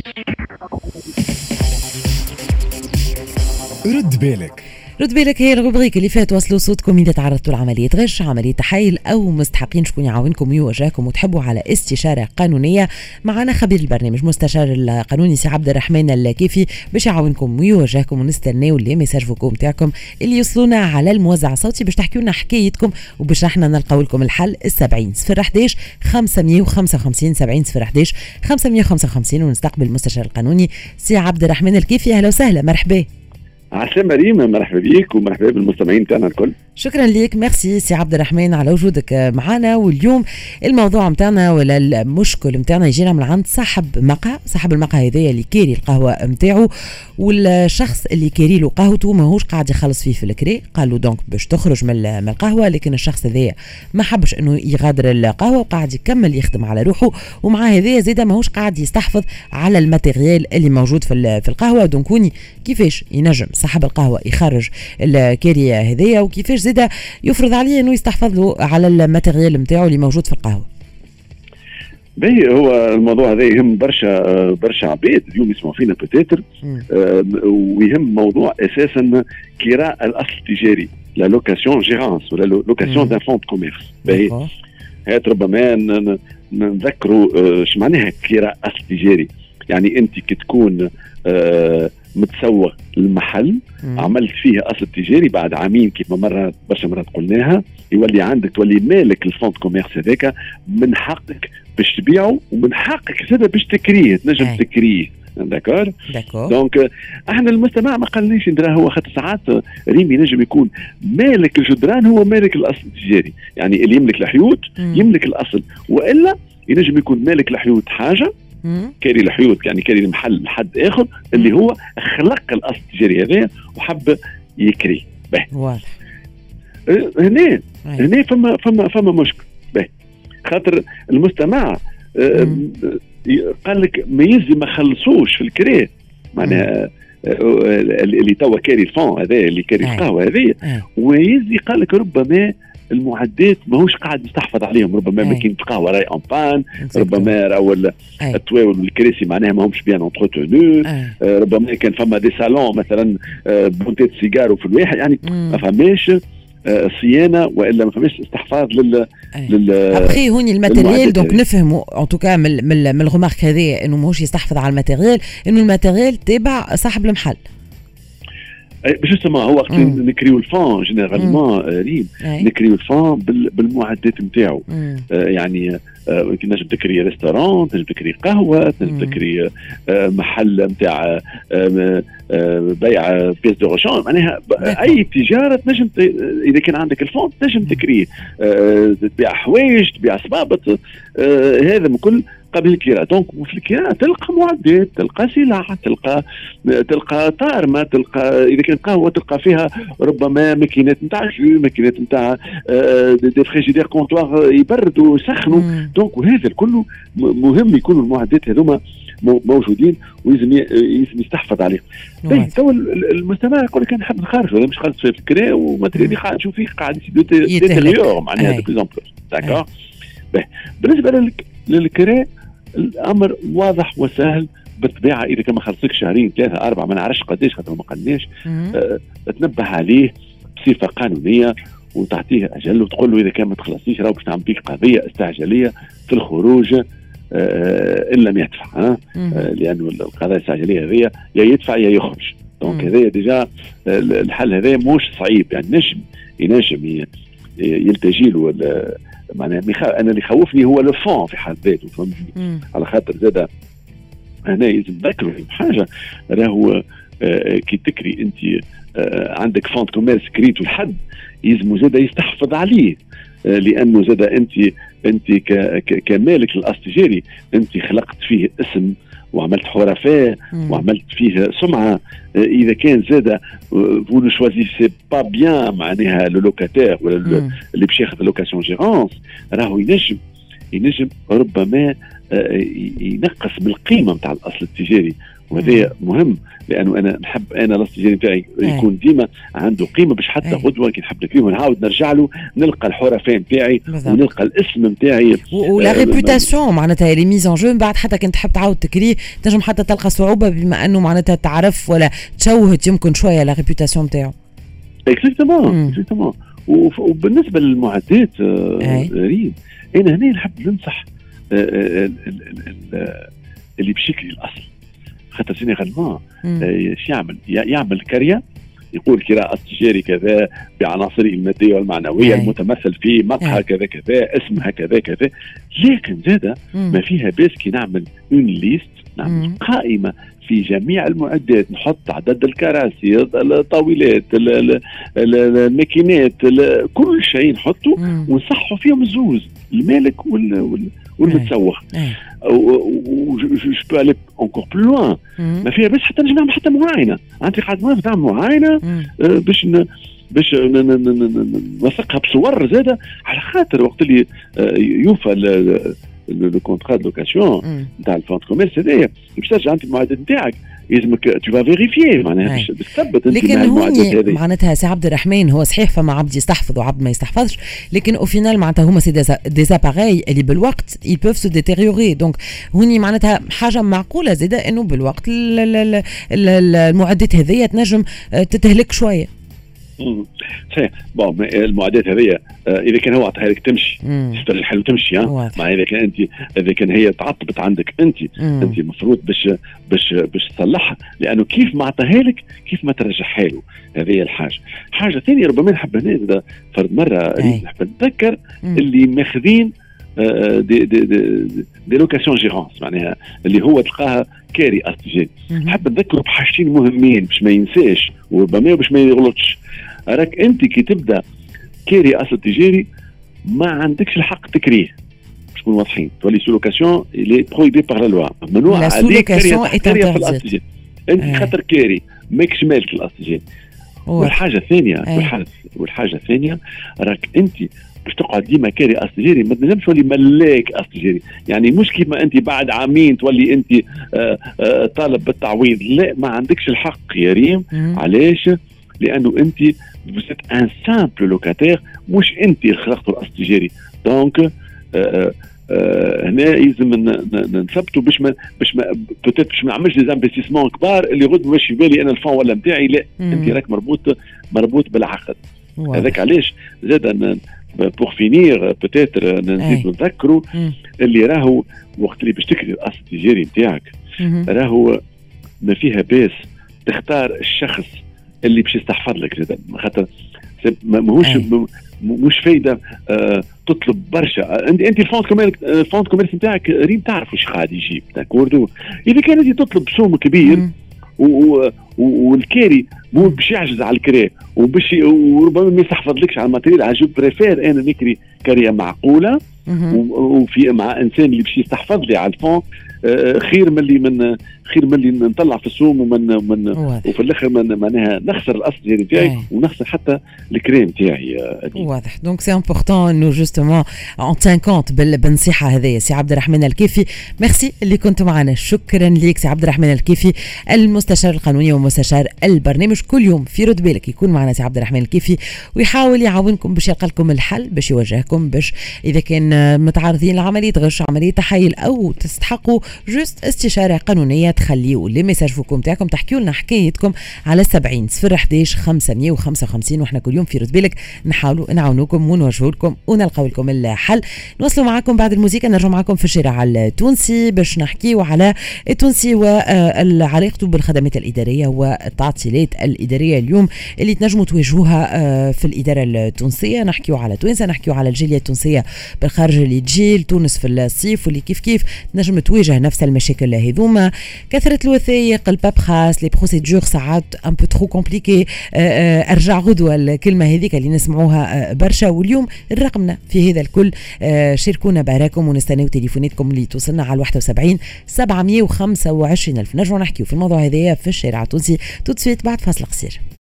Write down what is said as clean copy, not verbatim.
رد بالك هي الروبريك اللي فيها توصلوا صوتكم إذا تعرضتوا لعملية غش، عملية تحايل أو مستحقين شكون يعاونكم ويواجهكم وتحبوا على استشارة قانونية. معنا خبير البرنامج مستشار القانوني سي عبد الرحمن الكيفي باش يعاونكم ويواجهكم، ونستناو اللي ميساج فوكو نتاعكم اللي يوصلونا على الموزع الصوتي باش تحكيوا لنا حكايتكم وباش احنا نلقاو لكم الحل. 70 011 555 70 011 555 ونستقبل المستشار القانوني سي عبد الرحمن الكيفي. أهلا وسهلا، مرحبا. عسلامة مريم، مرحبا بيك ومرحبا بالمستمعين تاعنا الكل. شكرا لك، ميرسي سي عبد الرحمن على وجودك معنا. واليوم الموضوع متاعنا ولا المشكل متاعنا يجينا من عند صاحب المقهى هذايا اللي كيري القهوة متاعه، والشخص اللي كيري له قهوته ماهوش قاعد يخلص فيه في الكري. قال له دونك باش تخرج من القهوة، لكن الشخص هذايا ما حبش انه يغادر القهوة وقاعد يكمل يخدم على روحه، ومع هذايا زيدا ماهوش قاعد يستحفظ على الماتيريال اللي موجود في القهوة. دونكوني كيفاش ينجم صاحب القهوة يخرج الكاري هذايا، وكيفاش زيدا يفرض عليه انه يستحفظ له على الماتيريال نتاعو اللي موجود في القهوة. باهي، هو الموضوع هذا يهم برشا عباد اليوم يسمعوا فينا بوتيتر، ويهم موضوع اساسا كراء الاصل التجاري، لا لوكاسيون جيرانس ولا لوكاسيون دان فون دو كوميرس. باهي هات ربما نذكروا اش معناها كراء اصل تجاري. يعني انت كي تكون متسوق المحل، عملت فيه اصل تجاري، بعد عامين كيف ما برشا مرات قلناها يولي عندك، تولي مالك الفونت كوميرس هذاك، من حقك باش تبيعه ومن حقك زاد باش تكريه، تنجم تكريه. داكور دونك احنا المجتمع ما قالنيش نديرها هو، خاطر ساعات ريمي نجم يكون مالك الجدران هو مالك الاصل التجاري. يعني اللي يملك الحيوت يملك الاصل، والا ينجم يكون مالك الحيوت حاجه، كاري الحيوت يعني كاري المحل لحد اخر اللي هو خلق الاصل التجاري هذا وحب يكريه. واضح. هنا فما مشكل. خاطر المجتمع قال لك ما يلزم ما خلصوش في الكريه، معناها اللي توا كاري الفون هذا اللي كاري القهوه هذه، ويزي قال لك ربما المعدات ماهوش قاعد يستحفظ عليهم، ربما ماكينة القهوه راي اون بان، ربما راهو التواول والكراسي معناها ماهمش بيان اونتروتونو، ربما كان فما دي سالون مثلا بونتات سيجارو في الواحد، يعني ما فماش صيانه والا ما فماش استحفاظ ابخي هوني الماتيريال. دونك نفهموا ان توكا من الغمارك هذه انه ماهوش يستحفظ على الماتيريال، انه الماتيريال تابع صاحب المحل. جوستومون هو وقت نكريو الفون جينيرالمون ريم نكريو الفون بالمعدات نتاعو. يعني نجم تكري ريستوران، نجم تكري قهوه، نجم تكري محل نتاع بيع بيس دو روشون، معناها اي تجاره تنجم اذا كان عندك الفون تنجم تكريه، تبيع حوايج، تبيع صبابط، هذا من كل قبل الكراء. دونك في الكراء تلقى معدات، تلقى سلع، تلقى طارمه، تلقى اذا كانت قهوه تلقى فيها ربما ماكينات نتاع جو، ماكينات نتاع دي فريجيدير كونتوار يبردوا ويسخنوا. دونك وهذا كله مهم يكونوا المعدات هذوما موجودين ويلزم يستحفظ عليهم. تو المجتمع يقول لك انا نحب نخرج ولا مش خالص في الكراء وماتريالي قاعد نشوف فيه قاعد يتغير معناها دو بليزون بلوس. داكور. بالنسبه للكراء الامر واضح وسهل بالطبيعه، اذا كان ما خلصك شهرين 3 4 ما نعرفش قداش خاطر ما قلناش، تنبه عليه بصفه قانونيه وتعطيه اجل وتقول له اذا كان ما تخلصنيش راه باش نعمل بيك قضيه استعجاليه في الخروج ان لم يدفع. لانه القضايا الاستعجاليه هذه يا يدفع يا يخرج. دونك هذا ديجا الحل هذا مش صعيب، يعني ينجم يلتجي له. معناها انا اللي خوفني هو لو فون في حد ذاته، فهمتني؟ على خاطر زاد هنا يلزم تذكروا حاجه، راهو كي تكري انت عندك فونت كوميرس كريتو لحد يلزم زاد يستحفظ عليه، لانه زاد انت كمالك للاصل التجاري انت خلقت فيه اسم وعملت حرفاء وعملت فيه سمعه. اذا كان زاد فو شوازي سي با بيان معناها لو لوكاتير ولا اللي باش ياخذ لوكاسيون جيرونس، راهو ينجم ربما ينقص بالقيمه نتاع الاصل التجاري، وهذا مهم، لانه انا نحب انا الاستجاري نتاعي يكون ديما عنده قيمه، باش حتى غدوه كي نحب نكريه ونعاود نرجع له نلقى الحرفه نتاعي ونلقى الاسم نتاعي ولا ريبوتاسيون معناتها لي ميز ان جو. من بعد حتى كنت تحب تعاود تكريه تنجم حتى تلقى صعوبه بما انه معناتها تعرف ولا تشوهت يمكن شويه لا ريبوتاسيون نتاعو. اكزاكتومون. وبالنسبه للمعدات ريم، انا هنا نحب ننصح اللي بشكل الاصل، خاطر سينيغالمون يعمل كاريا، يقول كراء استشاري كذا بعناصره الماديه والمعنويه المتمثل في مقهى كذا كذا، اسمها كذا كذا، لكن زاده ما فيها باس كي نعمل اون ليست، نعمل قائمه في جميع المعدات، نحط عدد الكراسي، الطاولات، الماكينات، كل شيء نحطه ونصحوا فيهم الزوز، المالك والمتسوق. جو بو aller encore plus loin. ما فيها بس حتى نجي نعمل حتى معاينه، عندي قاعد نعمل معاينه باش نوثقها بصور زاده، على خاطر وقت اللي يوفى لو كونترا دو لوكاسيون نتاع الفونت كوميرس هذايا باش ترجع انت المعدات نتاعك لازمك تو فا فيريفيي معناها باش تثبت انت. لكن هوني معناتها سي عبد الرحمن هو صحيح فما عبد يستحفظ وعبد ما يستحفظش، لكن او فينال معناتها هما سي دي زاباغاي اللي بالوقت ils peuvent se détériorer. دونك هوني معناتها حاجه معقوله زاده انه بالوقت المعدات هذيا تنجم تتهلك شويه. صحيح. بون المعدات هذه اذا كان هو عطاها لك تمشي تسترجع حلو تمشي، مع اذا كان انت اذا كان هي تعطبت عندك انت المفروض باش تصلحها، لانه كيف ما عطاها لك كيف ما ترجعها له. هذه الحاجه. حاجه ثانيه ربما نحب هنا فرد مره نحب نتذكر اللي ماخذين دي لوكاسيون جيرونس، معناها اللي هو تلقاها كاري استجاري. نحب نذكره بحاجتين مهمين باش ما ينساش وربما باش ما يغلطش. راك انت كي تبدا كاري اصل تجاري ما عندكش الحق تكريه، باش نكونوا واضحين. تولي سو لوكاسيون لي برويبي بار لا لوا، ممنوع عليك كاري في الاستجاري انت خاطر كاري ماكش مالك الاستجاري. والحاجه الثانيه راك انت باش تقعد ديما كاري استجاري ما تنجمش تولي ملاك استجاري، يعني مش كيما انت بعد عامين تولي انت طالب بالتعويض، لا ما عندكش الحق يا ريم. علاش؟ لانه انت بصيت ان سامبل لوكاتير، مش انت خلقتوا الاستجاري. دونك هنا لازم نثبتوا باش ما بوتيت باش ما نعملش دي انفستيسمون كبار اللي غد مش في بالي انا الفون ولا نتاعي، لا انت راك مربوط بالعقد. هذاك علاش زاد بور فينير بوتيتر نزيد نذكروا اللي راهو وقت اللي باش تكري الاصل التجاري نتاعك راهو ما فيها باس تختار الشخص اللي باش يستحفظ لك زاد، خاطر ماهوش مش فايده تطلب برشا. انت الفونت كوميرس نتاعك ريم تعرف واش قاعد يجيب داكوردو. اذا كان انت تطلب سوم كبير والكاري مو باش يعجز على الكرا وباش وربما ما يستحفظلكش على الماتريال، جو بريفير انا نكري كاريه معقوله وفي مع انسان اللي باش يستحفظ لي على الفون، خير من اللي نطلع في السوم وفي الاخر معناها نخسر الاصل ديالي تاعي ونخسر حتى الكريم تاعي. واضح. دونك سي امبورطون انه جوستومون اون تان كونت بالنصيحه هذه. سي عبد الرحمن الكيفي، ميرسي اللي كنت معنا. شكرا ليك سي عبد الرحمن الكيفي، المستشار القانوني ومستشار البرنامج. كل يوم في رد بالك يكون معنا سي عبد الرحمن الكيفي ويحاول يعاونكم باش يلقى لكم الحل، باش يوجهكم باش اذا كان متعرضين لعمليه غش، عمليه تحايل، او تستحقوا جوست استشاره قانونيه، تخليوا لي ميساج فوكم تاعكم تحكيوا لنا حكايتكم على 70 011 555 واحنا كل يوم في رد بالك نحاولوا نعاونوكم ونوجهوا لكم ونلقاو لكم الحل. نوصلوا معكم بعد الموسيقى، نرجع معكم في الشارع التونسي باش نحكيوا على التونسي وعلاقته بالخدمات الاداريه والتعطيلات الاداريه اليوم اللي تنجموا تواجهوها في الاداره التونسيه. نحكيوا على توانسه، نحكيوا على الجاليه التونسيه بالخارج اللي تجي لتونس في الصيف واللي كيف تنجم تواجه نفس المشاكل هذوما. كثرة الوثائق، البابخاس، لي بروسيدور ساعات ان بو ترو كومبليكي. ارجع غدوه الكلمه هذيك اللي نسمعوها برشا. واليوم رقمنا في هذا الكل، شاركونا باراكم ونستناو تليفوناتكم اللي توصلنا على 71 725 ألف. نرجعوا نحكيو في الموضوع هذايا في الشارع التونسي تو سويت بعد فاصل قصير.